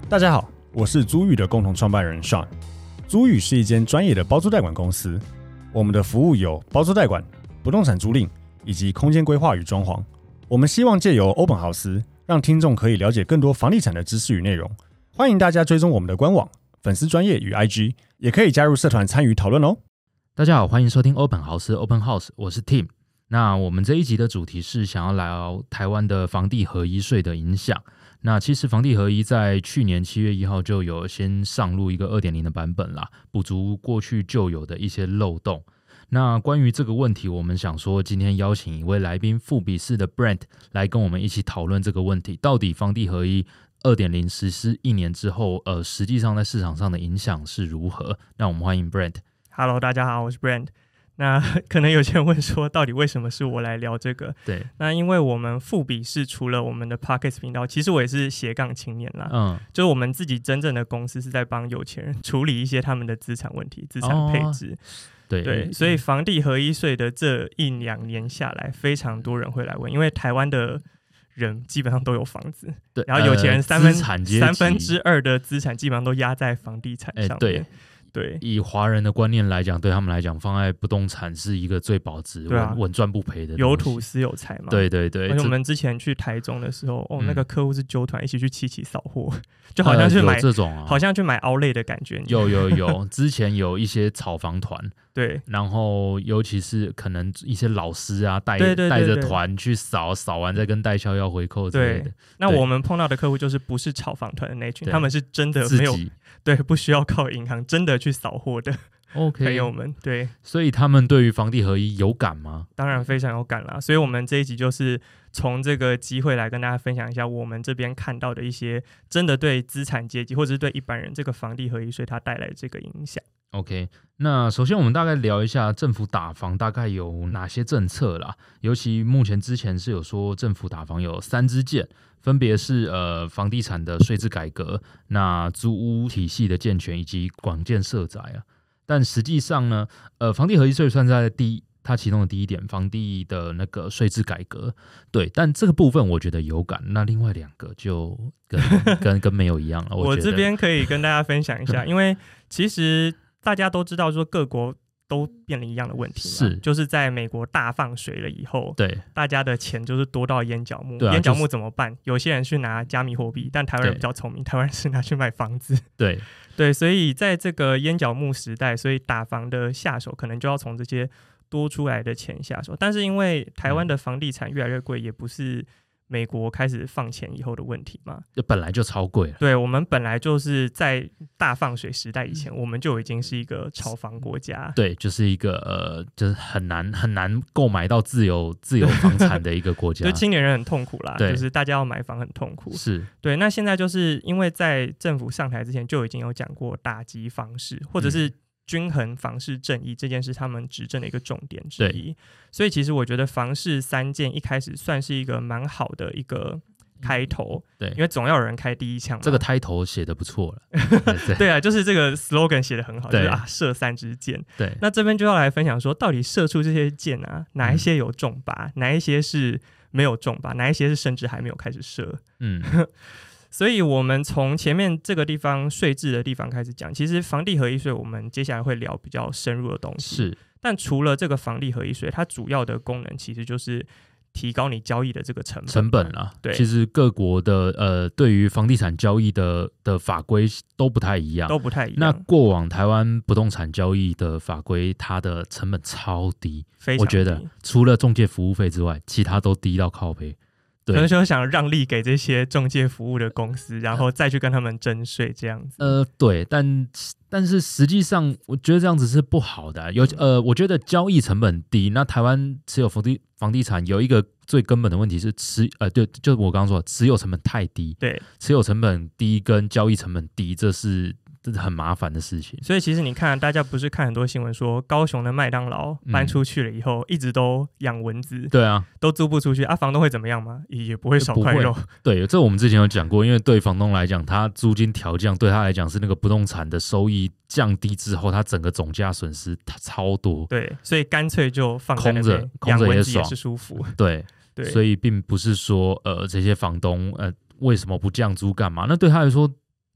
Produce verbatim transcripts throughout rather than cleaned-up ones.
大家好，我是租宇的共同创办人 Sean。租宇是一间专业的包租代管公司，我们的服务有包租代管、不动产租赁以及空间规划与装潢。我们希望借由欧本豪斯，让听众可以了解更多房地产的知识与内容。欢迎大家追踪我们的官网、粉丝专页与 I G， 也可以加入社团参与讨论哦。 大家好，欢迎收听欧本豪斯 Open House， 我是 Tim。那我们这一集的主题是想要聊台湾的房地合一税的影响。那其实房地合一在去年七月一号就有先上路一个 二点零 的版本啦，补足过去旧有的一些漏洞。那关于这个问题，我们想说今天邀请一位来宾，富比士的 Brent 来跟我们一起讨论这个问题，到底房地合一 二点零 实施一年之后，呃，实际上在市场上的影响是如何？那我们欢迎 Brent。Hello， 大家好，我是 Brent。那可能有些人问说，到底为什么是我来聊这个？ 对， 那因为我们富比士除了我们的 Podcast 频道，其实我也是斜杠青年啦。嗯，就是我们自己真正的公司是在帮有钱人处理一些他们的资产问题、资产配置。哦、 对对，所以房地合一税的这一两年下来，非常多人会来问，因为台湾的人基本上都有房子， 对， 然后有钱人三分、 呃、 三分之二的资产基本上都压在房地产上面。对。对， 以华人的观念来讲，对他们来讲，放在不动产是一个最保值、稳、啊、稳赚不赔的东西。 有土斯有财嘛。 对对对。 而且我们之前去台中的时候，哦，那个客户是揪团一起去七期扫货，就好像去买、呃、 这种、啊， 好像去买 outlet 的感觉。 有有有，之前有一些炒房团。 对， 然后尤其是可能一些老师啊，带带着团去扫，扫完再跟代销要回扣之类的。 对，那我们碰到的客户就是不是炒房团的那群，他们是真的没有，对，不需要靠银行，真的去扫货的。 OK， 朋友们，对， 所以他们对于房地合一有感吗？ 当然非常有感啦。所以我们这一集就是从这个机会来跟大家分享一下我们这边看到的一些真的对资产阶级或者是对一般人这个房地合一税它带来的这个影响。 OK， 那首先我们大概聊一下政府打房大概有哪些政策啦，尤其目前之前是有说政府打房有三支箭，分别是呃房地产的税制改革、那租屋体系的健全以及广建社宅啊。但实际上呢，呃，房地合一税算在第一，它其中的第一点，房地的那个税制改革，对，但这个部分我觉得有感，那另外两个就跟跟跟没有一样了。我, 我这边可以跟大家分享一下，因为其实大家都知道说各国都变了一样的问题嘛， 是就是在美国大放水了以后， 对， 大家的钱就是多到烟角木， 啊、 烟角木怎么办？就是、有些人去拿加密货币，但台湾人比较聪明，台湾人是拿去买房子。 对对，所以在这个烟角木时代，所以打房的下手可能就要从这些多出来的钱下手。但是因为台湾的房地产越来越贵，也不是美国开始放钱以后的问题嘛， 本来就超贵了。 对，我们本来就是在大放水时代以前，我们就已经是一个炒房国家。 对，就是一个呃，就是很难很难购买到自有自有房产的一个国家。 就青年人很痛苦啦，就是大家要买房很痛苦。 是， 对。那现在就是因为在政府上台之前就已经有讲过打击房市，或者是、嗯均衡房市正义这件事他们执政的一个重点之一，所以其实我觉得房市三件一开始算是一个蛮好的一个开头， 对， 因为总要有人开第一枪嘛。 这个开头写的不错了。 对, 对啊，就是这个 slogan 写的很好，就是啊射三支箭。 对， 那这边就要来分享说，到底射出这些箭啊，哪一些有中靶、嗯，哪一些是没有中靶，哪一些是甚至还没有开始射。嗯。所以我们从前面这个地方税制的地方开始讲，其实房地合一税我们接下来会聊比较深入的东西。 是， 但除了这个房地合一税，它主要的功能其实就是提高你交易的这个成本。 成本啦， 对， 其实各国的呃对于房地产交易的的法规都不太一样， 都不太一样。 那过往台湾不动产交易的法规，它的成本超低， 非常低， 我觉得除了中介服务费之外，其他都低到靠背。 可能就想让利给这些中介服务的公司，然后再去跟他们征税这样子。 呃，对，但但是实际上，我觉得这样子是不好的、啊。有呃，我觉得交易成本低，那台湾持有房地房地产有一个最根本的问题是持呃，对，就是我刚刚说持有成本太低。 对， 持有成本低跟交易成本低，这是。这是很麻烦的事情。 所以其实你看，大家不是看很多新闻说高雄的麦当劳搬出去了以后、嗯、一直都养蚊子， 对啊， 都租不出去啊，房东会怎么样吗？也不会少块肉。 对，这我们之前有讲过，因为对房东来讲，他租金调降对他来讲是那个不动产的收益降低之后，他整个总价损失超多。 对，所以干脆就放在那边， 空着也爽， 也是舒服。 对对，所以并不是说呃这些房东呃为什么不降租干嘛？那对他来说。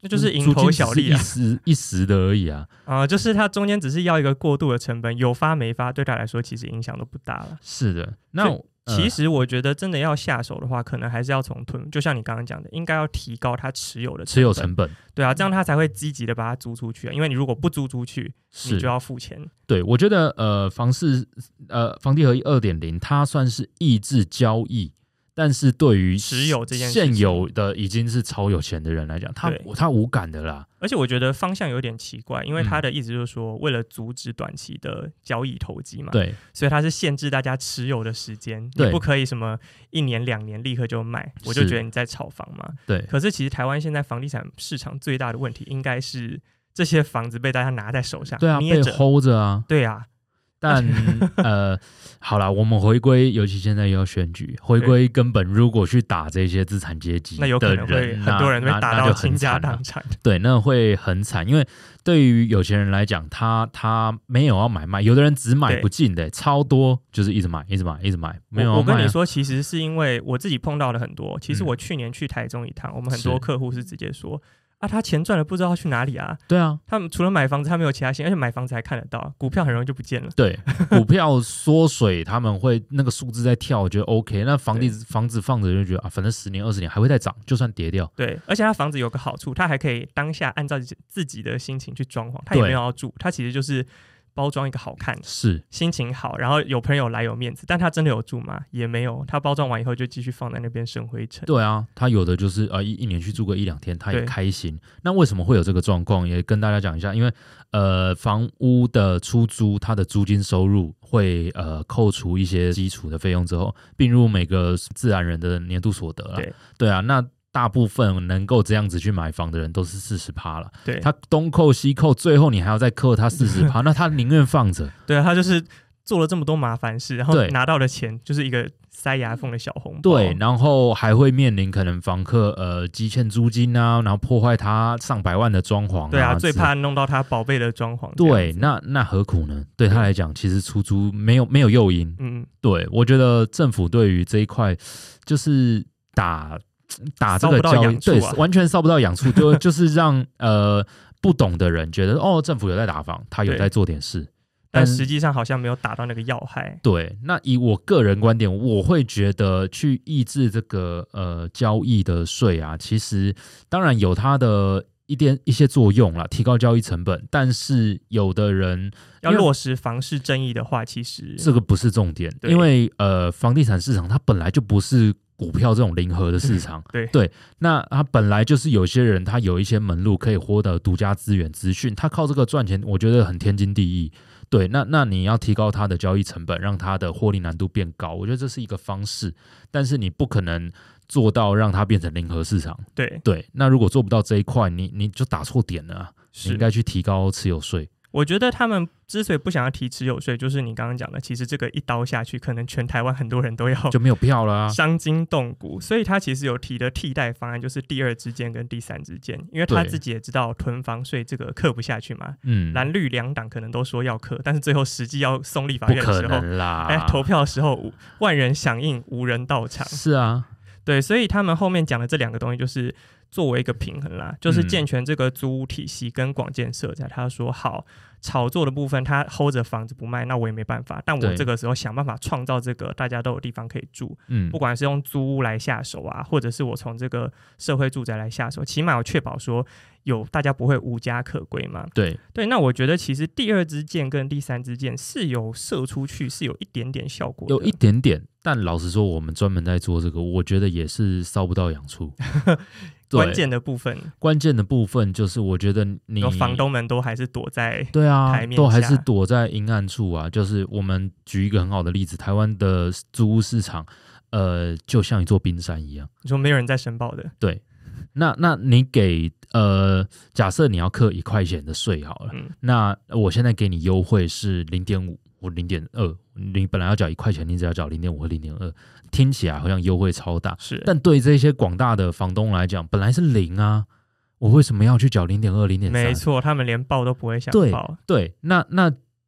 那就是蝇头小利啊， 一时一时的而已啊。 啊、呃，就是它中间只是要一个过渡的成本，有发没发对他来说其实影响都不大了。 是的，那其实我觉得真的要下手的话，可能还是要从囤，就像你刚刚讲的，应该要提高他持有的成本持有成本。 对啊，这样他才会积极的把它租出去、啊。因为你如果不租出去，你就要付钱。 对，我觉得呃，房市呃，房地合一 二点零， 它算是抑制交易。但是对于持有这件事情， 现有的已经是超有钱的人来讲，他他无感的啦。 而且我觉得方向有点奇怪，因为他的意思就是说，嗯、为了阻止短期的交易投机嘛， 对， 所以他是限制大家持有的时间，你不可以什么一年两年立刻就卖，我就觉得你在炒房嘛。 对。 可是其实台湾现在房地产市场最大的问题，应该是这些房子被大家拿在手上， 对啊， 捏着被 hold 着啊， 对啊。 但呃，好啦，我们回归，尤其现在又要选举，回归根本，如果去打这些资产阶级的人， 那有可能会很多人会打到倾家荡产。 对，那会很惨，因为对于有钱人来讲，他他没有要买卖，有的人只买不进的，超多，就是一直买，一直买，一直买，没有要卖、啊我。我跟你说，其实是因为我自己碰到了很多。其实我去年去台中一趟，嗯、我们很多客户是直接说。啊，他钱赚了不知道要去哪里啊？ 对啊， 他们除了买房子，他没有其他心，而且买房子还看得到，股票很容易就不见了。 对，股票缩水，他们会那个数字在跳，我觉得 OK。那房地房子放着就觉得啊，反正十年二十年还会再涨，就算跌掉。 对，而且他房子有个好处，他还可以当下按照自己的心情去装潢，他也没有要住，他其实就是包装一个好看， 是心情好，然后有朋友来有面子，但他真的有住吗？也没有，他包装完以后就继续放在那边生灰尘。 对啊，他有的就是呃一一年去住个一两天，他也开心。那为什么会有这个状况？也跟大家讲一下，因为呃房屋的出租，它的租金收入会呃扣除一些基础的费用之后，并入每个自然人的年度所得啦。 对对啊，那。大部分能够这样子去买房的人都是 百分之四十 了， 对， 他东扣西扣，最后你还要再扣他 百分之四十， 那他宁愿放着。 对啊，他就是做了这么多麻烦事，然后拿到的钱就是一个塞牙缝的小红包。 对，然后还会面临可能房客呃积欠租金啊，然后破坏他上百万的装潢、啊。 对啊，最怕弄到他宝贝的装潢。 对，那那何苦呢？对他来讲，其实出租没有没有诱因。 嗯， 对，我觉得政府对于这一块就是打。打这个交易、啊、对，完全烧不到痒处，就就是让呃不懂的人觉得哦，政府有在打房，他有在做点事， 但实际上好像没有打到那个要害。 对，那以我个人观点，我会觉得去抑制这个呃交易的税啊，其实当然有它的一点一些作用啦，提高交易成本，但是有的人要落实房市正义的话，其实这个不是重点，因为呃房地产市场它本来就不是。股票这种零和的市场， 嗯、对对，那他本来就是有些人他有一些门路可以获得独家资源资讯，他靠这个赚钱，我觉得很天经地义。对，那那你要提高他的交易成本，让他的获利难度变高，我觉得这是一个方式，但是你不可能做到让它变成零和市场。 对对，那如果做不到这一块，你你就打错点了、啊，你应该去提高持有税。 我觉得他们之所以不想要提持有税，就是你刚刚讲的，其实这个一刀下去，可能全台湾很多人都要就没有票了啊， 伤筋动骨。所以他其实有提的替代方案，就是第二支箭跟第三支箭，因为他自己也知道囤房税这个课不下去嘛。嗯，蓝绿两党可能都说要课，但是最后实际要送立法院的时候， 不可能啦！ 哎，投票的时候万人响应，无人到场。 是啊， 对，所以他们后面讲的这两个东西，就是作为一个平衡啦，就是健全这个租屋体系跟广建社宅。他说好。炒作的部分，他 hold 着房子不卖，那我也没办法。但我这个时候想办法创造这个大家都有地方可以住，嗯，不管是用租屋来下手啊，或者是我从这个社会住宅来下手，起码我确保说有大家不会无家可归嘛。 对对，那我觉得其实第二支箭跟第三支箭是有射出去，是有一点点效果的， 有一点点。但老实说，我们专门在做这个，我觉得也是烧不到痒处。 关键的部分， 关键的部分就是我觉得你房东们都还是躲在对啊， 台面下都还是躲在阴暗处啊。就是我们举一个很好的例子，台湾的租屋市场，呃，就像一座冰山一样。 你说没有人在申报的， 对。那那你给呃，假设你要课一块钱的税好了，嗯，那我现在给你优惠是零点五或零点二，你本来要缴一块钱，你只要缴零点五或零点二。听起来好像优惠超大， 是， 但对这些广大的房东来讲，本来是零啊，我为什么要去缴零点二、零点三？ 没错，他们连报都不会想报。 对对，那那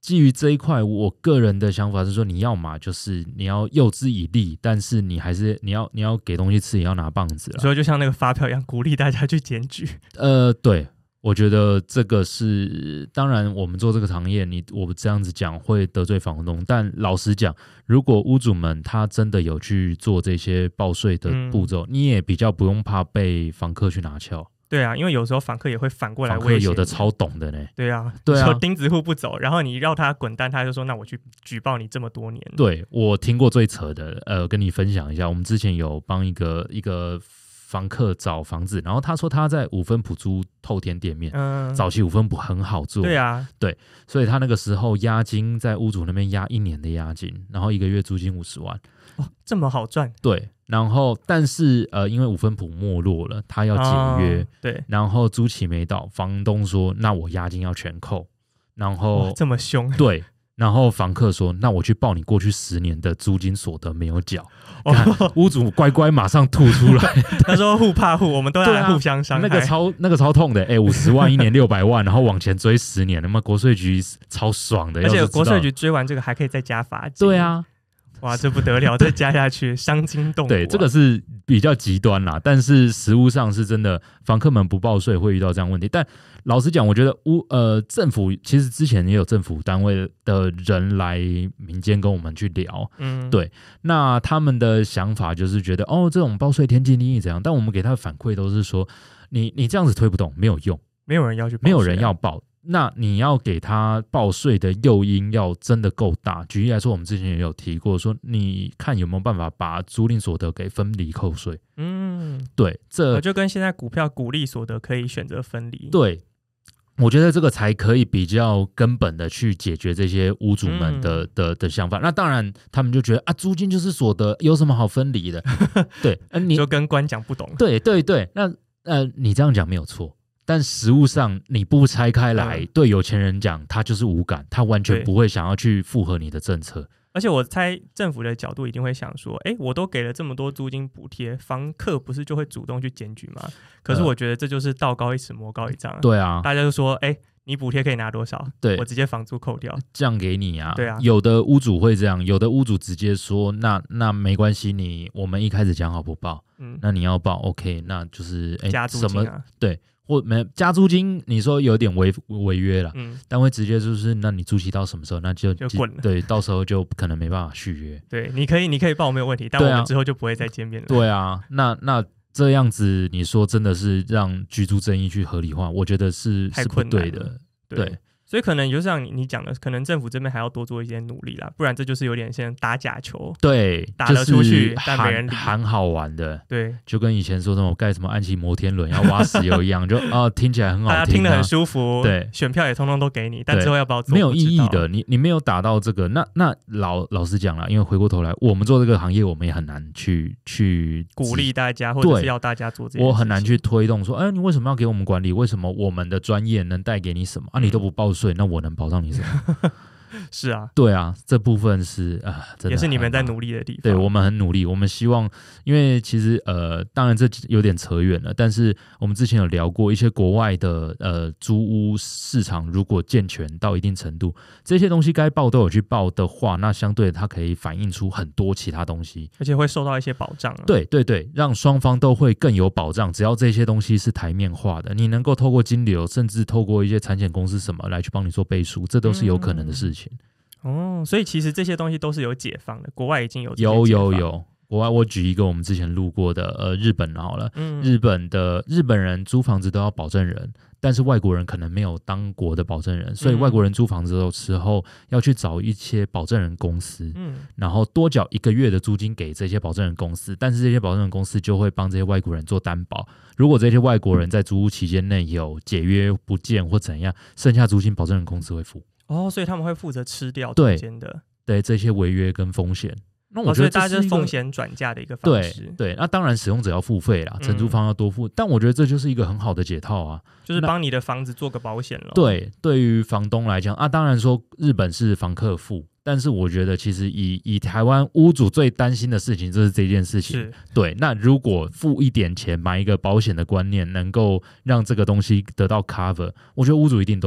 基于这一块，我个人的想法是说，你要嘛就是你要诱之以利，但是你还是你要你要给东西吃，也要拿棒子啦。 所以就像那个发票一样，鼓励大家去检举。 呃，对。我觉得这个是，当然我们做这个行业，你我这样子讲会得罪房东，但老实讲，如果屋主们他真的有去做这些报税的步骤，嗯、你也比较不用怕被房客去拿翘。 对啊，因为有时候房客也会反过来威胁你， 房客有的超懂的呢。 对啊， 对啊， 说钉子户不走，然后你绕他滚蛋，他就说那我去举报你这么多年。 对，我听过最扯的，呃，跟你分享一下，我们之前有帮一个一个。房客找房子，然后他说他在五分埔租透天店面，嗯、早期五分埔很好做， 对啊， 对，所以他那个时候押金在屋主那边押一年的押金，然后一个月租金五十万， 哦，这么好赚， 对，然后但是呃，因为五分埔没落了，他要解约，哦、 对， 然后租期没到，房东说那我押金要全扣，然后这么凶， 对。然后房客说：“那我去报你过去十年的租金所得没有缴。哦”屋主乖乖马上吐出来。 他说：“互怕互，我们都要来互相伤害。啊” 那个超那个超痛的，哎，五十万一年六百万，然后往前追十年，那么国税局超爽的， 而且国税局追完这个还可以再加罚金。 对啊， 哇，这不得了，再加下去伤筋动骨、啊。 对，这个是比较极端啦，但是实务上是真的，房客们不报税会遇到这样的问题，但。老实讲，我觉得屋呃政府其实之前也有政府单位的人来民间跟我们去聊，嗯，对，那他们的想法就是觉得哦，这种报税天经地义怎样，但我们给他的反馈都是说，你你这样子推不动，没有用， 没有人要去报税啊， 没有人要报，那你要给他报税的诱因要真的够大。举例来说，我们之前也有提过，说你看有没有办法把租赁所得给分离扣税？嗯，对，这就跟现在股票股利所得可以选择分离， 对。我觉得这个才可以比较根本的去解决这些屋主们的、嗯、的的想法。那当然，他们就觉得啊，租金就是所得，有什么好分离的？对，呃、你就跟官讲不懂。 对对对，那呃，你这样讲没有错，但实务上你不拆开来，嗯、对有钱人讲，他就是无感，他完全不会想要去附合你的政策。 而且我猜政府的角度一定会想说，哎，我都给了这么多租金补贴，房客不是就会主动去检举吗？可是我觉得这就是道高一尺魔高一丈、啊。 对啊， 大家就说，哎，你补贴可以拿多少？ 对， 我直接房租扣掉， 降给你啊。 对啊， 有的屋主会这样，有的屋主直接说，那那没关系，你我们一开始讲好不报，嗯，那你要报 OK， 那就是哎加租金啊， 什么对。或没加租金，你说有点违违约了，嗯，但会直接就是，那你租期到什么时候，那就就滚了， 对，到时候就可能没办法续约。 对，你可以，你可以报没有问题，但我们之后就不会再见面了。 对啊，那那这样子，你说真的是让居住正义去合理化，我觉得是太是不对的， 对。 对所以可能就像你讲的，可能政府这边还要多做一些努力啦，不然这就是有点像打假球， 对， 打了出去、就是、但没人理， 很好玩的， 对， 就跟以前说什么盖什么安琪摩天轮要挖石油一样，就啊听起来很好听、啊， 大家听得很舒服， 对， 选票也通通都给你，但之后要不要做没有意义的，你你没有打到这个，那那老老实讲啦，因为回过头来，我们做这个行业，我们也很难去去鼓励大家，或者是要大家做这些， 我很难去推动说，哎，你为什么要给我们管理？为什么我们的专业能带给你什么啊？你都不报税，那我能保障你什么？ 是啊， 对啊，这部分是啊、呃，真的也是你们在努力的地方。 对，我们很努力，我们希望，因为其实呃，当然这有点扯远了，但是我们之前有聊过一些国外的呃租屋市场，如果健全到一定程度，这些东西该报都有去报的话，那相对它可以反映出很多其他东西， 而且会受到一些保障、啊。 对对对，让双方都会更有保障。只要这些东西是台面化的，你能够透过金流，甚至透过一些产险公司什么来去帮你做背书，这都是有可能的事情。嗯哦，所以其实这些东西都是有解放的，国外已经有有有有。国外我举一个我们之前录过的，呃，日本好了，嗯、日本的日本人租房子都要保证人，但是外国人可能没有当国的保证人，所以外国人租房子的时候要去找一些保证人公司，嗯，然后多缴一个月的租金给这些保证人公司，但是这些保证人公司就会帮这些外国人做担保，如果这些外国人在租屋期间内有解约不见或怎样，剩下租金保证人公司会付。 哦，所以他们会负责吃掉中间的对, 对这些违约跟风险。那我觉得这是、哦、大家就是风险转嫁的一个方式。 对对，那当然使用者要付费啦，承租方要多付、嗯，但我觉得这就是一个很好的解套啊， 就是帮你的房子做个保险了。 对，对于房东来讲啊，当然说日本是房客付，但是我觉得其实以以台湾屋主最担心的事情就是这件事情。对，那如果付一点钱买一个保险的观念，能够让这个东西得到 cover， 我觉得屋主一定都要。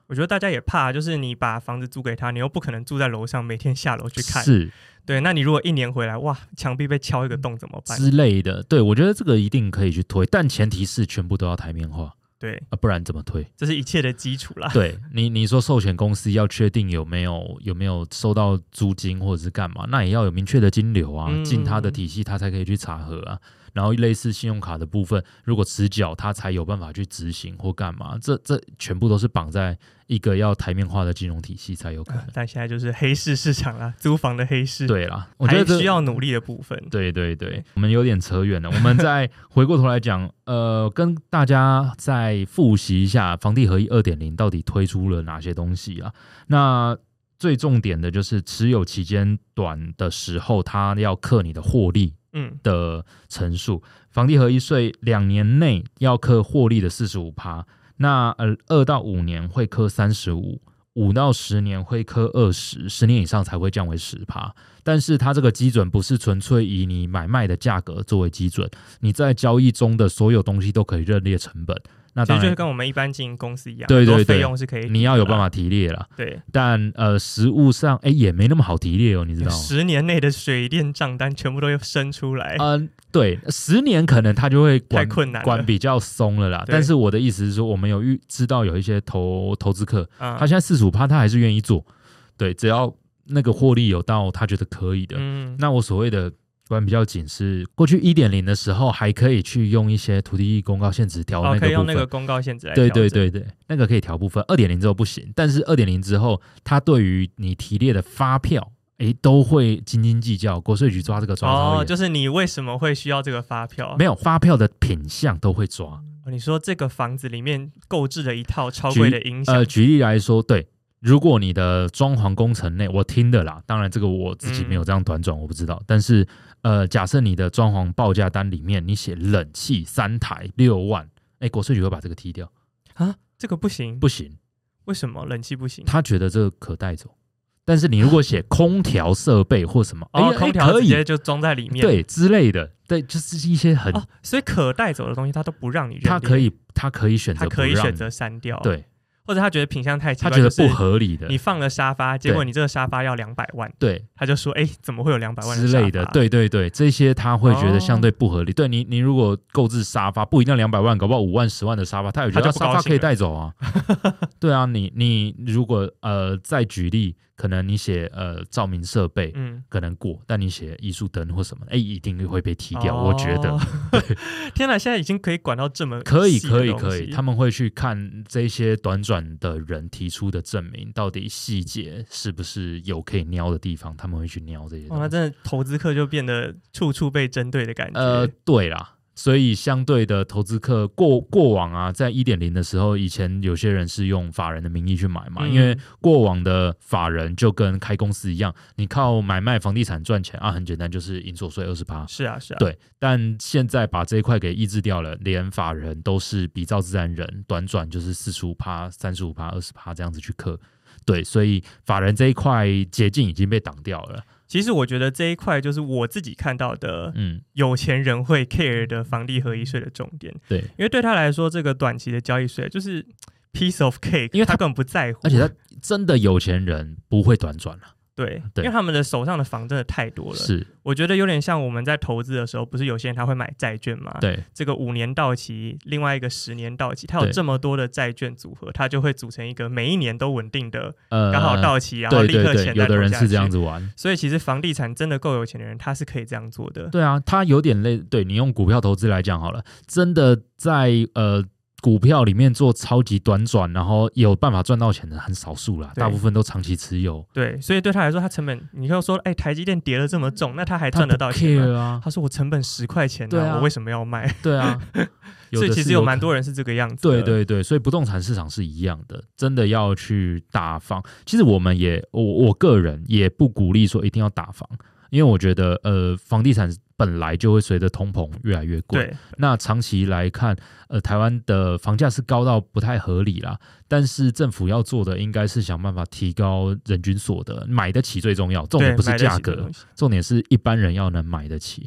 我觉得大家也怕，就是你把房子租给他，你又不可能住在楼上，每天下楼去看。 是， 对。那你如果一年回来，哇，墙壁被敲一个洞怎么办之类的？对，我觉得这个一定可以去推，但前提是全部都要台面化。 对啊，不然怎么推？ 这是一切的基础啦。 对你，你说寿险公司要确定有没有有没有收到租金或者是干嘛，那也要有明确的金流啊，嗯、进他的体系，他才可以去查核啊。然后类似信用卡的部分，如果迟缴，他才有办法去执行或干嘛。这这全部都是绑在一个要台面化的金融体系才有可能。呃、 但现在就是黑市市场啦，租房的黑市。 对啦，我觉得还需要努力的部分。 对对对，我们有点扯远了。我们再回过头来讲，呃，跟大家再复习一下房地合一 二点零 到底推出了哪些东西啊？那最重点的就是持有期间短的时候，它要课你的获利。嗯的陈述，房地合一税两年内要课获利的 百分之四十五， 那呃二到五年会课三十五，五到十年会课二十，十年以上才会降为 百分之十。 但是它这个基准不是纯粹以你买卖的价格作为基准，你在交易中的所有东西都可以认列成本。那当然， 其实就跟我们一般经营公司一样， 对对对， 费用是可以， 你要有办法提列啦。 对， 但呃，实务上哎也没那么好提列哦，你知道吗？ 十年内的水电账单全部都要生出来。 嗯、呃，对，十年可能他就会管太困难了， 管比较松了啦。但是我的意思是说，我们有预知道有一些投投资客，嗯、他现在 百分之四十五 他还是愿意做，对，只要那个获利有到他觉得可以的。嗯，那我所谓的管比较紧是过去 一点零 的时候还可以去用一些土地公告限值调那个部分、哦、 可以用那个公告限值来调整， 对对对对，那个可以调部分。 二点零 之后不行，但是 二点零 之后它对于你提列的发票诶都会斤斤计较，国税局抓这个抓超严。 哦，就是你为什么会需要这个发票？ 没有，发票的品项都会抓、 哦、你说这个房子里面购置了一套超贵的音响， 呃，举例来说，对，如果你的装潢工程内，我听的啦，当然这个我自己没有这样短转、嗯、我不知道，但是呃，假设你的装潢报价单里面你写冷气三台六万，哎，国税局会把这个踢掉啊？这个不行， 不行， 为什么冷气不行？ 他觉得这个可带走。但是你如果写空调设备或什么， 哦，空调直接就装在里面， 对之类的，对，就是一些很、 哦，所以可带走的东西他都不让你认列， 他可以，他可以选择， 他可以选择删掉， 对。 或者他觉得品相太奇怪， 他觉得不合理的， 你放了沙发，结果你这个沙发要两百万， 对， 他就说，哎、欸，怎么会有两百万的之类的？对对对，这些他会觉得相对不合理。哦、对你，你如果购置沙发，不一定两百万，搞不好五万、十万的沙发，他也觉得沙发可以带走啊。对啊，你你如果呃再举例，可能你写呃照明设备，嗯，可能过，但你写艺术灯或什么，哎、欸，一定会被踢掉。哦、我觉得， 天哪，现在已经可以管到这么可以可以可以，他们会去看这些短转的人提出的证明，到底细节是不是有可以瞄的地方，他们会去瞄这些东西。 哇，那真的投资客就变得处处被针对的感觉。 呃，对啦。所以相对的投资客过过往啊，在 一点零 的时候，以前有些人是用法人的名义去买嘛，嗯、因为过往的法人就跟开公司一样，你靠买卖房地产赚钱啊，很简单，就是营所税 百分之二十。 是啊是啊， 对。但现在把这一块给抑制掉了，连法人都是比照自然人，短转就是 百分之四十五、三十五、二十 这样子去课。对，所以法人这一块捷径已经被挡掉了。 其实我觉得这一块就是我自己看到的，嗯，有钱人会 care 的房地合一税的重点。 对， 因为对他来说，这个短期的交易税就是 piece of cake， 因为他根本不在乎， 而且他真的有钱人不会短转了。 对，因为他们的手上的房真的太多了。 是， 我觉得有点像我们在投资的时候，不是有些人他会买债券吗？ 对， 这个五年到期，另外一个十年到期，他有这么多的债券组合，他就会组成一个每一年都稳定的，刚、呃、好到期，然后立刻钱再投下去。 有的人是这样子玩， 所以其实房地产真的够有钱的人，他是可以这样做的。 对啊，他有点类，对你用股票投资来讲好了，真的在呃。股票里面做超级短转，然后有办法赚到钱的很少数啦，大部分都长期持有。 对，所以对他来说，他成本，你就说，哎、欸，台积电跌了这么重，那他还赚得到钱吗？他不 care 啊，他说我成本十块钱、啊啊，我为什么要卖？ 对啊， 所以其实有蛮多人是这个样子的。 对对对，所以不动产市场是一样的，真的要去打房。其实我们也，我我个人也不鼓励说一定要打房，因为我觉得，呃，房地产本来就会随着通膨越来越贵，那长期来看，呃，台湾的房价是高到不太合理啦。但是政府要做的应该是想办法提高人均所得，买得起最重要，重点不是价格，重点是一般人要能买得起。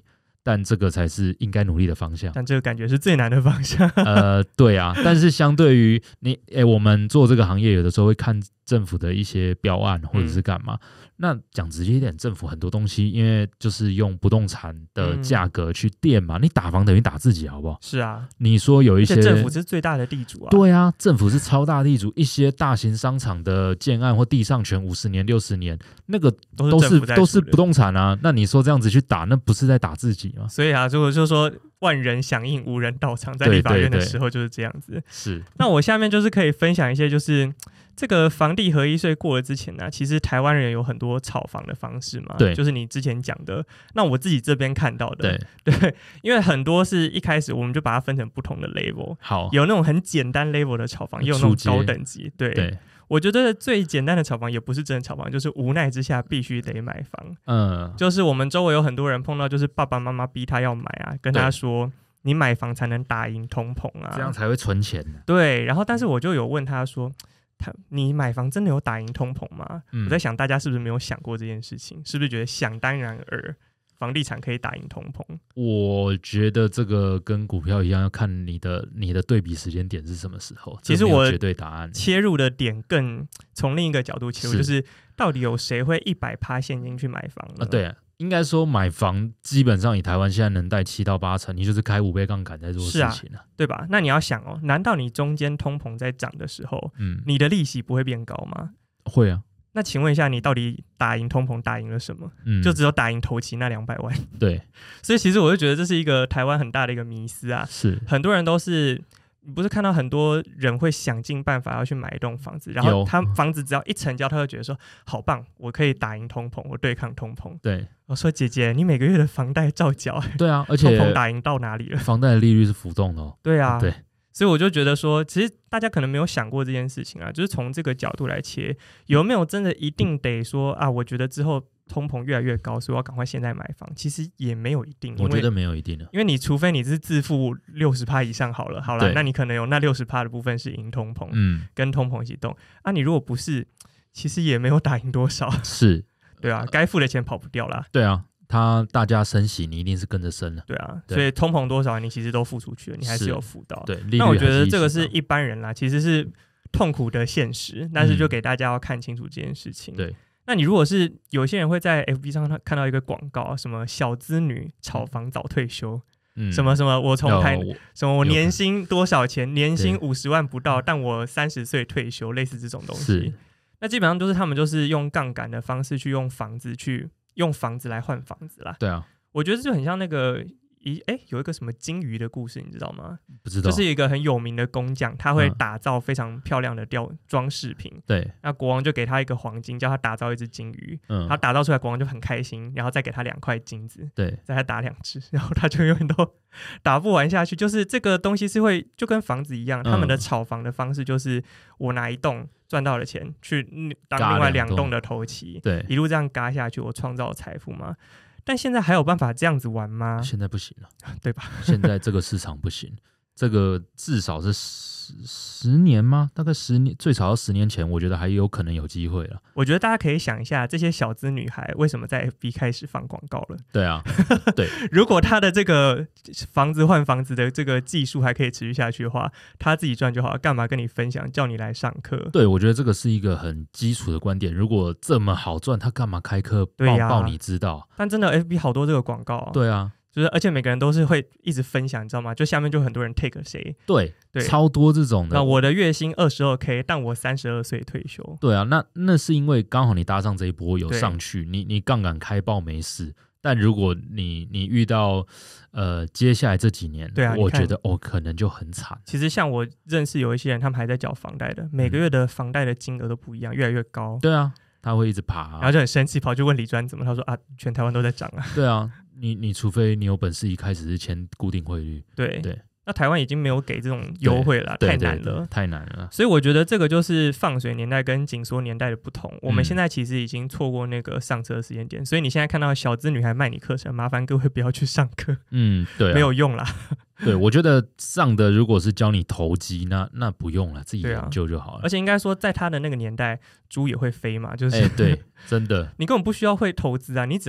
但这个才是应该努力的方向。 但这个感觉是最难的方向。 呃，对啊，但是相对于你，哎，我们做这个行业，有的时候会看政府的一些标案或者是干嘛。嗯、那讲直接一点，政府很多东西，因为就是用不动产的价格去垫嘛，嗯、你打房等于打自己，好不好？ 是啊， 你说有一些政府是最大的地主啊。 对啊，政府是超大地主，一些大型商场的建案或地上权五十年、六十年，那个都是都是不动产啊。那你说这样子去打，那不是在打自己吗？ 所以啊，如果就说万人响应，无人到场，在立法院的时候就是这样子。 对对对是。 那我下面就是可以分享一些，就是这个房地合一税过了之前呢、啊，其实台湾人有很多炒房的方式嘛， 对， 就是你之前讲的。那我自己这边看到的， 对对，因为很多是一开始我们就把它分成不同的 level， 好， 有那种很简单 level 的炒房，也有那种高等级，对。 对我觉得最简单的炒房也不是真的炒房，就是无奈之下必须得买房。嗯，就是我们周围有很多人碰到，就是爸爸妈妈逼他要买啊，跟他说你买房才能打赢通膨啊， 这样才会存钱、啊。 对，然后但是我就有问他说，他你买房真的有打赢通膨吗？嗯、我在想大家是不是没有想过这件事情，是不是觉得想当然而房地产可以打赢通膨？ 我觉得这个跟股票一样，要看你的你的对比时间点是什么时候。 其实我绝对答案切入的点更从另一个角度切入，是就是到底有谁会一百趴现金去买房呢？ 啊，对啊，应该说买房基本上以台湾现在能贷七到八成，你就是开五倍杠杆在做事情了、啊， 对吧？那你要想哦，难道你中间通膨在涨的时候，嗯，你的利息不会变高吗？ 会啊。 那请问一下，你到底打赢通膨打赢了什么？嗯，就只有打赢头期那两百万。 对， 所以其实我就觉得这是一个台湾很大的一个迷思啊。 是， 很多人都是，你不是看到很多人会想尽办法要去买一栋房子，然后他房子只要一成交，他就觉得说好棒，我可以打赢通膨，我对抗通膨。 对， 我说姐姐，你每个月的房贷照缴、欸。 对啊，而且通膨打赢到哪里了？ 房贷的利率是浮动的哦。 对啊， 对。 所以我就觉得说，其实大家可能没有想过这件事情啊，就是从这个角度来切，有没有真的一定得说啊？我觉得之后通膨越来越高，所以我要赶快现在买房。其实也没有一定， 我觉得没有一定的， 因为你除非你是自付六十趴以上好了，好了，那你可能有那六十趴的部分是赢通膨，嗯，跟通膨一起动啊。你如果不是，其实也没有打赢多少， 是， 对啊，该付的钱跑不掉啦， 对啊。他大家升息，你一定是跟着升了。 对啊，对，所以通膨多少，你其实都付出去了，你还是有付到。 对， 那我觉得这个是一般人啦，其实是痛苦的现实，但是就给大家要看清楚这件事情。 嗯、对， 那你如果是有些人会在 F B 上看到一个广告，什么小资女炒房早退休。嗯、什么什么，我从台什么我年薪多少钱？年薪五十万不到，但我三十岁退休，类似这种东西。那基本上都是他们就是用杠杆的方式去用房子去。用房子来换房子啦， 对啊， 我觉得就很像那个一哎、欸、有一个什么金鱼的故事，你知道吗？ 不知道， 就是一个很有名的工匠，他会打造非常漂亮的雕装饰品。 对， 那国王就给他一个黄金，叫他打造一只金鱼。嗯，他打造出来，国王就很开心，然后再给他两块金子， 对， 再他打两只，然后他就永远都打不完下去。就是这个东西是会就跟房子一样，他们的炒房的方式就是我拿一栋赚到的钱去当另外两栋的头期， 对， 一路这样嘎下去，我创造财富吗？但现在还有办法这样子玩吗？ 现在不行了， 对吧？ 现在这个市场不行，这个至少是十十年吗？大概十年，最少要十年前，我觉得还有可能有机会了。 我觉得大家可以想一下，这些小资女孩为什么在 F B 开始放广告了？ 对啊，对， 如果她的这个房子换房子的这个技术还可以持续下去的话，她自己赚就好了，干嘛跟你分享，叫你来上课？ 对，我觉得这个是一个很基础的观点。如果这么好赚，他干嘛开课报报你知道？ 但真的 F B 好多这个广告、啊， 对啊。 就是，而且每个人都是会一直分享，你知道吗？就下面就很多人 take 谁， 对对，超多这种的。 那我的月薪二十二 K， 但我三十二岁退休。 对啊，那那是因为刚好你搭上这一波有上去，你你杠杆开爆没事。但如果你你遇到呃接下来这几年， 对啊， 我觉得哦可能就很惨。 其实像我认识有一些人，他们还在缴房贷的，每个月的房贷的金额都不一样，越来越高。 对啊。他会一直爬、啊， 然后就很生气，跑去问理专怎么？他说啊，全台湾都在涨啊。 对啊，你你除非你有本事，一开始是签固定汇率。 对对， 那台湾已经没有给这种优惠了，太难了， 对对对，太难了。 所以我觉得这个就是放水年代跟紧缩年代的不同。我们现在其实已经错过那个上车的时间点，所以你现在看到小资女孩卖你课程，麻烦各位不要去上课。 嗯，对、啊， 没有用啦。 对，我觉得上的如果是教你投机，那那不用了，自己研究就好了、啊。 而且应该说，在他的那个年代，猪也会飞嘛，就是、 欸、对，真的， 你根本不需要会投资啊，你只要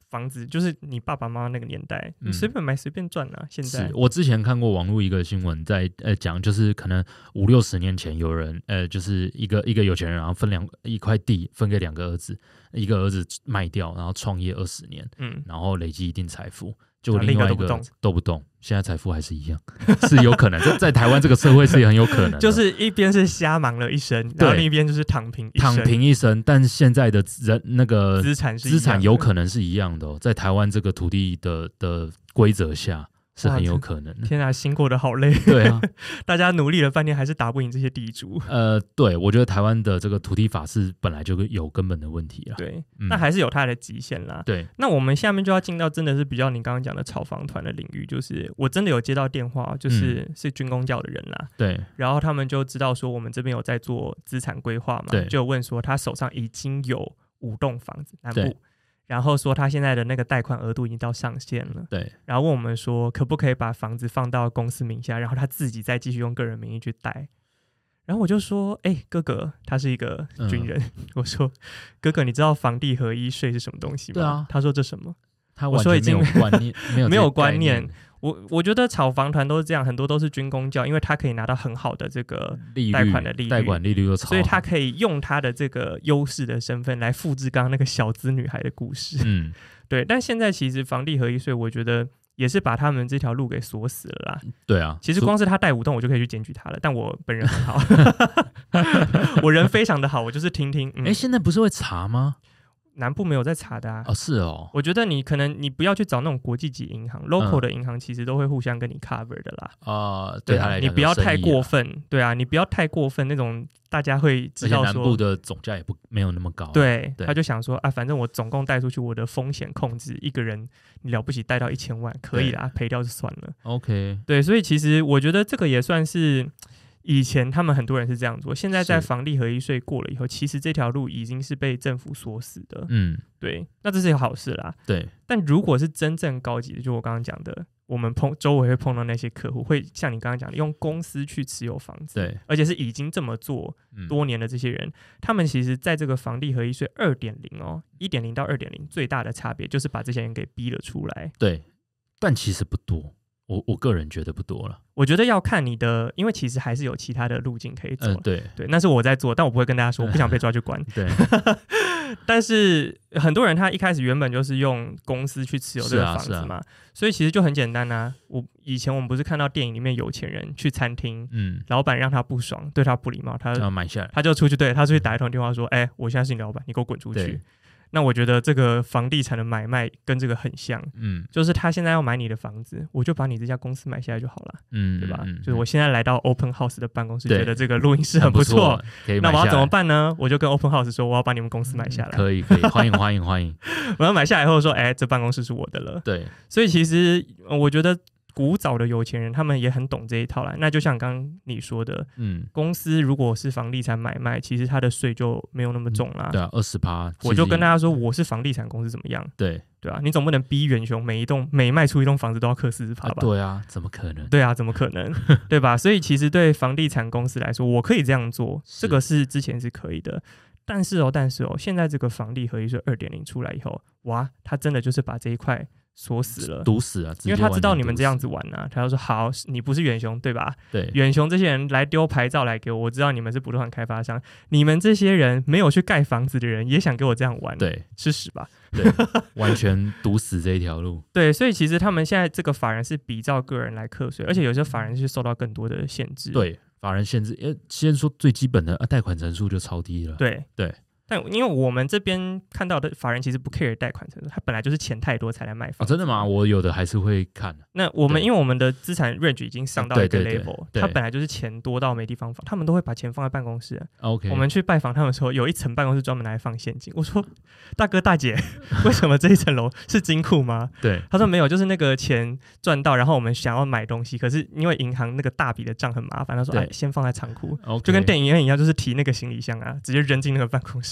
房子就是你爸爸妈妈那个年代，你随便买随便赚啊。现在是我之前看过网络一个新闻在呃讲，就是可能五六十年前有人呃就是一个一个有钱人，然后分两一块地分给两个儿子，一个儿子卖掉，然后创业二十年，嗯，然后累积一定财富。就另外一个都不动，现在财富还是一样，是有可能。在在台湾这个社会是很有可能的， 就是一边是瞎忙了一生，然后另一边就是躺平一生， 躺平一生。但现在的人那个资产是资产有可能是一样的哦，在台湾这个土地的的规则下。是很有可能的。 天啊，心过得好累。 对啊， 大家努力了半天，还是打不赢这些地主。 呃，对，我觉得台湾的这个土地法是本来就有根本的问题了。 对，嗯、那还是有它的极限啦。 对， 那我们下面就要进到真的是比较你刚刚讲的炒房团的领域，就是我真的有接到电话，就是、嗯、是军公教的人啦。 对， 然后他们就知道说我们这边有在做资产规划嘛， 对， 就有问说他手上已经有五栋房子，南部。然后说他现在的那个贷款额度已经到上限了， 对。 然后问我们说可不可以把房子放到公司名下，然后他自己再继续用个人名义去贷。然后我就说，哎、欸，哥哥，他是一个军人，嗯、我说，哥哥，你知道房地合一税是什么东西吗？ 对啊。 他说这什么？ 他完全没有观念，没有没有观念。我我觉得炒房团都是这样，很多都是军公教，因为他可以拿到很好的这个贷款的利率， 贷款利率又超好， 所以他可以用他的这个优势的身份来复制刚刚那个小资女孩的故事。嗯，对。但现在其实房地合一税，我觉得也是把他们这条路给锁死了啦。 对啊， 其实光是他贷五栋，我就可以去检举他了。但我本人很好，我人非常的好，我就是听听。 哎、嗯，现在不是会查吗？ 南部没有在查的啊。 哦，是哦。 我觉得你可能你不要去找那种国际级银行、嗯、，local 的银行其实都会互相跟你 cover 的啦。 啊、呃，对他来讲、啊， 你不要太过分，对啊，你不要太过分那种，大家会知道说， 而且南部的总价也不没有那么高、啊。 对， 对， 他就想说啊，反正我总共贷出去，我的风险控制一个人你了不起贷到一千万，可以啦，赔掉就算了。 OK， 对，所以其实我觉得这个也算是。以前他们很多人是这样做，现在在房地合一税过了以后，其实这条路已经是被政府锁死的。嗯，对，那这是一个好事啦。 对， 但如果是真正高级的，就我刚刚讲的，我们碰周围会碰到那些客户，会像你刚刚讲的，用公司去持有房子， 对， 而且是已经这么做多年的这些人，嗯、他们其实在这个房地合一税 二点零 哦 ，一点零 到 二点零 最大的差别就是把这些人给逼了出来。 对，但其实不多。我我个人觉得不多了， 我觉得要看你的，因为其实还是有其他的路径可以走。 嗯、对对，那是我在做，但我不会跟大家说，我不想被抓去关。 对， 但是很多人他一开始原本就是用公司去持有这个房子嘛，啊啊、所以其实就很简单啊。我以前我们不是看到电影里面有钱人去餐厅，嗯，老板让他不爽，对他不礼貌，他就要买下来， 他就出去对他出去打一通电话说：“哎、欸，我现在是你老板，你给我滚出去。”那我觉得这个房地产的买卖跟这个很像，嗯，就是他现在要买你的房子，我就把你这家公司买下来就好了，嗯，对吧？嗯、就是我现在来到 Open House 的办公室，觉得这个录音室很不错， 可以买下来。 那我要怎么办呢？我就跟 Open House 说，我要把你们公司买下来。 嗯、可以，可以，欢迎，欢迎，欢迎。 我要买下来以后说，哎、欸，这办公室是我的了。 对， 所以其实我觉得。古早的有钱人，他们也很懂这一套啦。那就像刚刚你说的，嗯，公司如果是房地产买卖，其实它的税就没有那么重啦。 嗯、对啊，二十趴。 我就跟大家说，我是房地产公司怎么样？ 对对啊，你总不能逼远雄每一栋每卖出一栋房子都要课四十趴吧、 啊？对啊，怎么可能？ 对啊，怎么可能？对吧？所以其实对房地产公司来说，我可以这样做，这个是之前是可以的。但是哦，但是哦，现在这个房地合一税 二点零 出来以后，哇，他真的就是把这一块。锁死了， 堵死啊！ 因为他知道你们这样子玩啊，他就说好，你不是远雄对吧？ 对， 远雄这些人来丢牌照来给我，我知道你们是不动产开发商，你们这些人没有去盖房子的人也想给我这样玩， 对， 吃屎吧！ 对，完全堵死这一条路。 对，所以其实他们现在这个法人是比照个人来课税，而且有些法人是受到更多的限制。 对，法人限制，呃，先说最基本的啊，贷款成数就超低了。 对对。 但因为我们这边看到的法人其实不 care 贷款成数，他本来就是钱太多才来卖房、 哦。真的吗？我有的还是会看。 那我们因为我们的资产 range 已经上到一个 level，、 对对对对， 他本来就是钱多到没地方放，他们都会把钱放在办公室。 OK， 我们去拜访他们说，有一层办公室专门拿来放现金。我说大哥大姐，为什么这一层楼是金库吗？ 对， 他说没有，就是那个钱赚到，然后我们想要买东西，可是因为银行那个大笔的账很麻烦，他说哎，先放在仓库， okay， 就跟电影院一样，就是提那个行李箱啊，直接扔进那个办公室。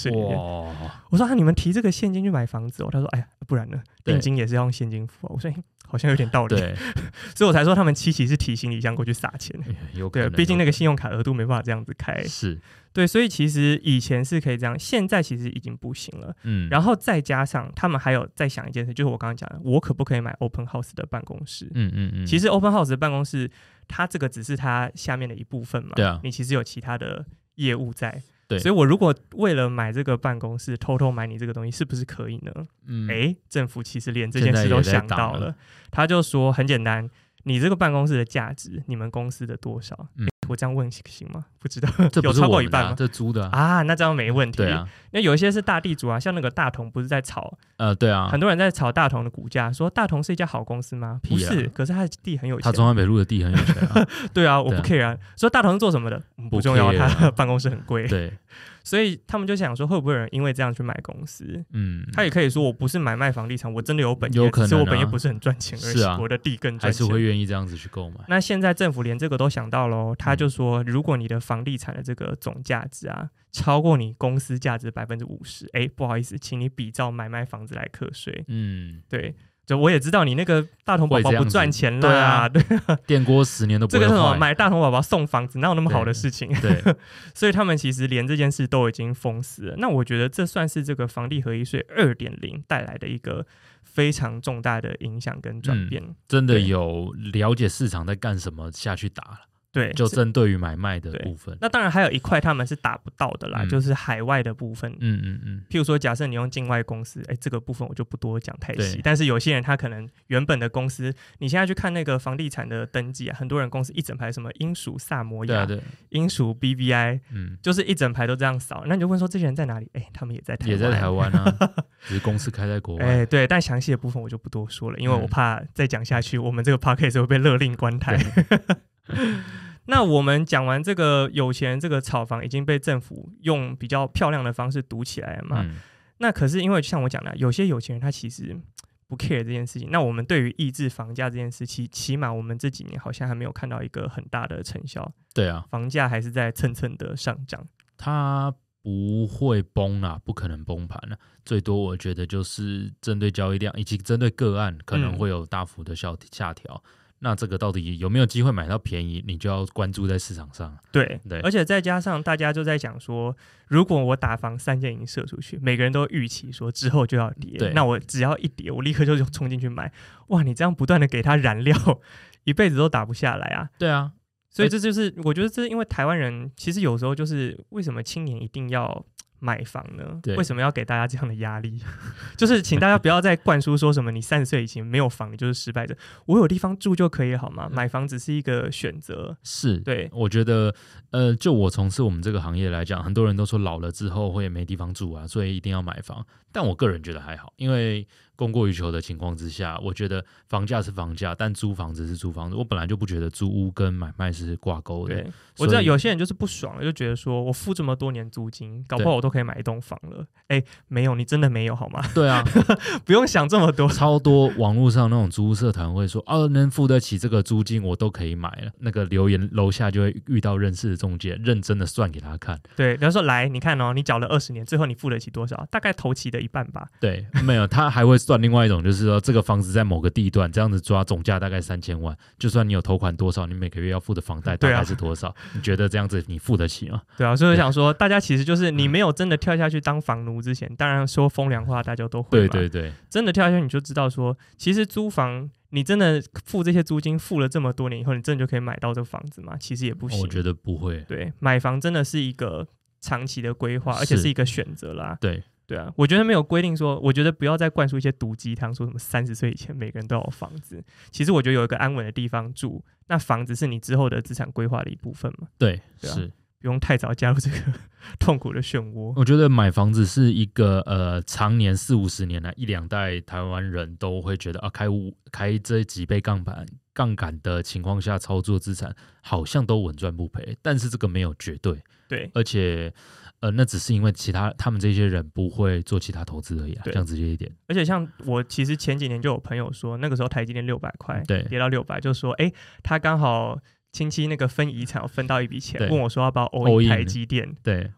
税里面。我说啊，你们提这个现金去买房子哦？他说，哎呀，不然呢？定金也是要用现金付、哦。我说、欸、好像有点道理，所以我才说他们七期是提行李箱过去撒钱。 有可能， 对，毕竟那个信用卡额度没办法这样子开。 是， 对，所以其实以前是可以这样，现在其实已经不行了。嗯，然后再加上他们还有再想一件事，就是我刚刚讲的，我可不可以买 Open House 的办公室？嗯嗯嗯。其实 Open House 的办公室，它这个只是它下面的一部分嘛。对啊。你其实有其他的业务在。对。所以我如果为了买这个办公室，偷偷买你这个东西，是不是可以呢？嗯。哎，政府其实连这件事都想到了，他就说很简单，你这个办公室的价值，你们公司的多少？嗯。我这样问行吗？不知道， 这不是有超过一半吗？ 这租的啊, 啊，那这样没问题。对啊，因为有一些是大地主啊，像那个大同不是在炒， 呃，对啊， 很多人在炒大同的股价，说大同是一家好公司吗？不是，啊、可是他的地很有钱， 他中央北路的地很有钱啊。 对啊，我不 care 啊。说大同是做什么的不重要，他的办公室很贵。 对。 所以他们就想说，会不会有人因为这样去买公司？嗯，他也可以说，我不是买卖房地产，我真的有本业， 有可能、啊， 只是我本业不是很赚钱而已。是啊，我的地更赚钱， 还是会愿意这样子去购买。 那现在政府连这个都想到喽，他就说，如果你的房地产的这个总价值啊，超过你公司价值百分之五十，哎，不好意思，请你比照买卖房子来课税。嗯，对。就我也知道你那个大同宝宝不赚钱啦，对啊， 电锅十年都不会坏。 这个是什么？买大同宝宝送房子，哪有那么好的事情？对，对所以他们其实连这件事都已经封死了。那我觉得这算是这个房地合一税 二点零 带来的一个非常重大的影响跟转变、嗯。 真的有了解市场在干什么下去打了。 对， 就针对于买卖的部分。 那当然还有一块他们是打不到的啦，嗯、就是海外的部分。嗯嗯嗯。譬如说，假设你用境外公司，哎，这个部分我就不多讲太细。但是有些人他可能原本的公司，你现在去看那个房地产的登记啊，很多人公司一整排什么英属萨摩亚、对对英属 B V I， 嗯，就是一整排都这样扫。那你就问说这些人在哪里？哎，他们也在台湾， 也在台湾啊，只是公司开在国外。 哎，对，但详细的部分我就不多说了，因为我怕再讲下去，嗯、我们这个 podcast 会被勒令关台。那我们讲完这个有钱人这个炒房已经被政府用比较漂亮的方式堵起来了嘛、嗯、那可是因为像我讲的，有些有钱人他其实不 care 这件事情，那我们对于抑制房价这件事情，起码我们这几年好像还没有看到一个很大的成效。 对啊， 房价还是在蹭蹭的上涨， 它不会崩啦，不可能崩盘啦，最多我觉得就是针对交易量以及针对个案可能会有大幅的下下调、嗯，那这个到底有没有机会买到便宜，你就要关注在市场上。 对, 对而且再加上大家就在讲说，如果我打房三箭已经射出去，每个人都预期说之后就要跌，那我只要一跌我立刻就冲进去买，哇，你这样不断的给他燃料，一辈子都打不下来啊。 对啊， 所以这就是我觉得这是因为台湾人其实有时候就是为什么青年一定要买房呢？为什么要给大家这样的压力？就是请大家不要再灌输说什么你三十岁以前没有房你就是失败者，我有地方住就可以好吗？买房只是一个选择。 是， 对， 我觉得呃，就我从事我们这个行业来讲，很多人都说老了之后会没地方住啊，所以一定要买房，但我个人觉得还好，因为供过于求的情况之下，我觉得房价是房价，但租房子是租房子，我本来就不觉得租屋跟买卖是挂钩的。对， 我知道有些人就是不爽了，就觉得说我付这么多年租金，搞不好我都可以买一栋房了。哎，没有，你真的没有好吗？ 对啊， 不用想这么多。 超多网络上那种租屋社团会说，哦、啊，能付得起这个租金，我都可以买了。那个留言楼下就会遇到认识的中介，认真的算给他看。 对，比方说来，你看哦，你缴了二十年，最后你付得起多少？大概头期的一半吧。 对，没有，他还会算另外一种，就是说这个房子在某个地段，这样子抓总价大概三千万，就算你有头款多少，你每个月要付的房贷大概是多少？啊、你觉得这样子你付得起吗？ 对啊，所以我想说，大家其实就是你没有真的跳下去当房奴之前，当然说风凉话大家都会嘛。 对对对， 真的跳下去你就知道说，其实租房你真的付这些租金付了这么多年以后，你真的就可以买到这个房子吗？其实也不行。 我觉得不会。 对，买房真的是一个长期的规划，而且是一个选择啦。 对。 对啊，我觉得没有规定说，我觉得不要再灌输一些毒鸡汤，说什么三十岁以前每个人都有房子。其实我觉得有一个安稳的地方住，那房子是你之后的资产规划的一部分嘛。 对， 对啊、 是不用太早加入这个痛苦的漩涡。 我觉得买房子是一个呃，常年四五十年来一两代台湾人都会觉得啊，开五开这几倍杠杆杠杆的情况下操作资产，好像都稳赚不赔。但是这个没有绝对， 对， 而且。呃，那只是因为其他他们这些人不会做其他投资而已啊，这样直接一点。 而且像我其实前几年就有朋友说，那个时候台积电六百块，对，跌到六百，就说哎，他刚好亲戚那个分遗产分到一笔钱，问我说要不要 all in 台积电。 对，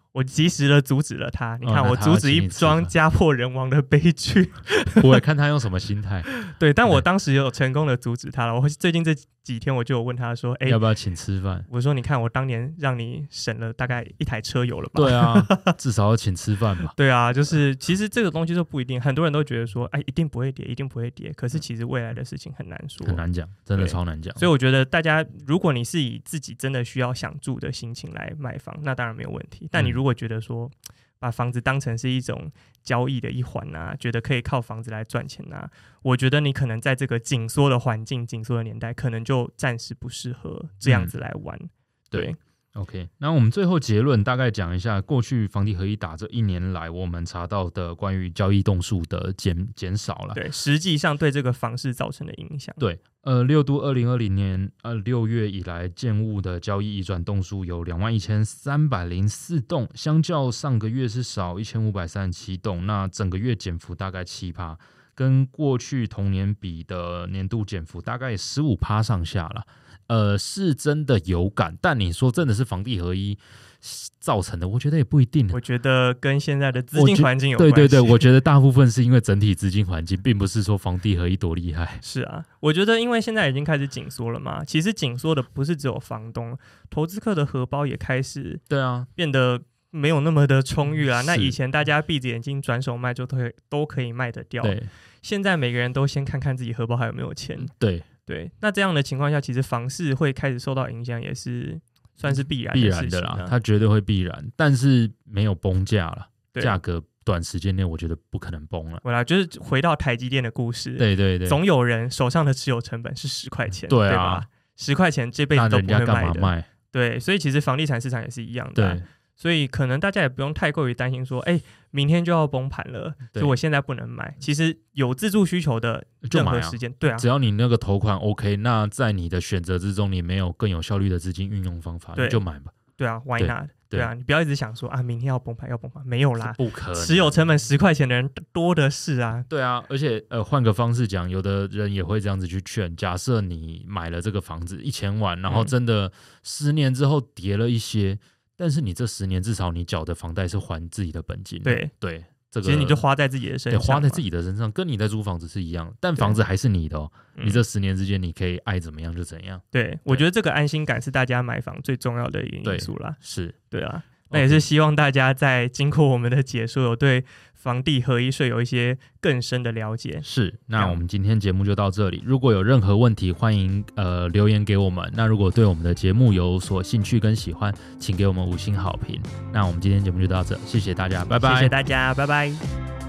我及时的阻止了他。你看， 哦、 我阻止一桩家破人亡的悲剧。 我也看他用什么心态。 对，但我当时有成功的阻止他了。我最近这几天我就有问他说：“哎、欸， 要不要请吃饭？” 我说：“你看，我当年让你省了大概一台车油了吧？” 对啊，至少要请吃饭吧。 对啊，就是其实这个东西就不一定，很多人都觉得说：“哎，一定不会跌，一定不会跌。”可是其实未来的事情很难说， 很难讲，真的超难讲。 所以我觉得大家，如果你是以自己真的需要想住的心情来买房，那当然没有问题。但你如果觉得说，把房子当成是一种交易的一环啊，觉得可以靠房子来赚钱啊，我觉得你可能在这个紧缩的环境、紧缩的年代，可能就暂时不适合这样子来玩。嗯、对。 对 OK， 那我们最后结论大概讲一下，过去房地合一打这一年来，我们查到的关于交易栋数的减减少了， 对，实际上对这个房市造成的影响。 对，呃，六都二零二零年呃六月以来建物的交易移转栋数有两万一千三百零四栋，相较上个月是少一千五百三十七栋，那整个月减幅大概七趴，跟过去同年比的年度减幅大概十五趴上下了。呃，是真的有感，但你说真的是房地合一造成的，我觉得也不一定。 我觉得跟现在的资金环境有关系。 对对对，我觉得大部分是因为整体资金环境，并不是说房地合一多厉害。 是啊，我觉得因为现在已经开始紧缩了嘛，其实紧缩的不是只有房东，投资客的荷包也开始对啊变得没有那么的充裕啦。那以前大家闭着眼睛转手卖就都都可以卖得掉，对，现在每个人都先看看自己荷包还有没有钱。对。对，那这样的情况下，其实房市会开始受到影响，也是算是必然的事情、啊、必然的啦， 它绝对会必然，但是没有崩价了，价格短时间内我觉得不可能崩了。 我来就是回到台积电的故事，对对对，总有人手上的持有成本是十块钱，对啊，对吧？十块钱这辈子都不会卖的，那人家干嘛卖？对，所以其实房地产市场也是一样的、啊。对。所以可能大家也不用太过于担心说，哎、欸，明天就要崩盘了，所以我现在不能买。其实有自住需求的任何时间，啊对啊， 只要你那个头款 OK， 那在你的选择之中，你没有更有效率的资金运用方法，你就买吧。 对啊 ，Why not？ 对, 对啊，你不要一直想说啊，明天要崩盘要崩盘，没有啦， 不可能。 持有成本十块钱的人多的是啊。 对啊，而且呃，换个方式讲，有的人也会这样子去劝。假设你买了这个房子一千万，然后真的十年之后跌了一些。嗯，但是你这十年至少你缴的房贷是还自己的本金，对对，这个其实你就花在自己的身上， 对，花在自己的身上，跟你在租房子是一样，但房子还是你的哦。你这十年之间，你可以爱怎么样就怎样。 对，对我觉得这个安心感是大家买房最重要的一个因素啦。 是， 对啊。那也是希望大家在经过我们的解说，有对房地合一税有一些更深的了解。 是，那我们今天节目就到这里。如果有任何问题，欢迎呃留言给我们。那如果对我们的节目有所兴趣跟喜欢，请给我们五星好评。那我们今天节目就到这，谢谢大家，拜拜。 谢谢大家，拜拜。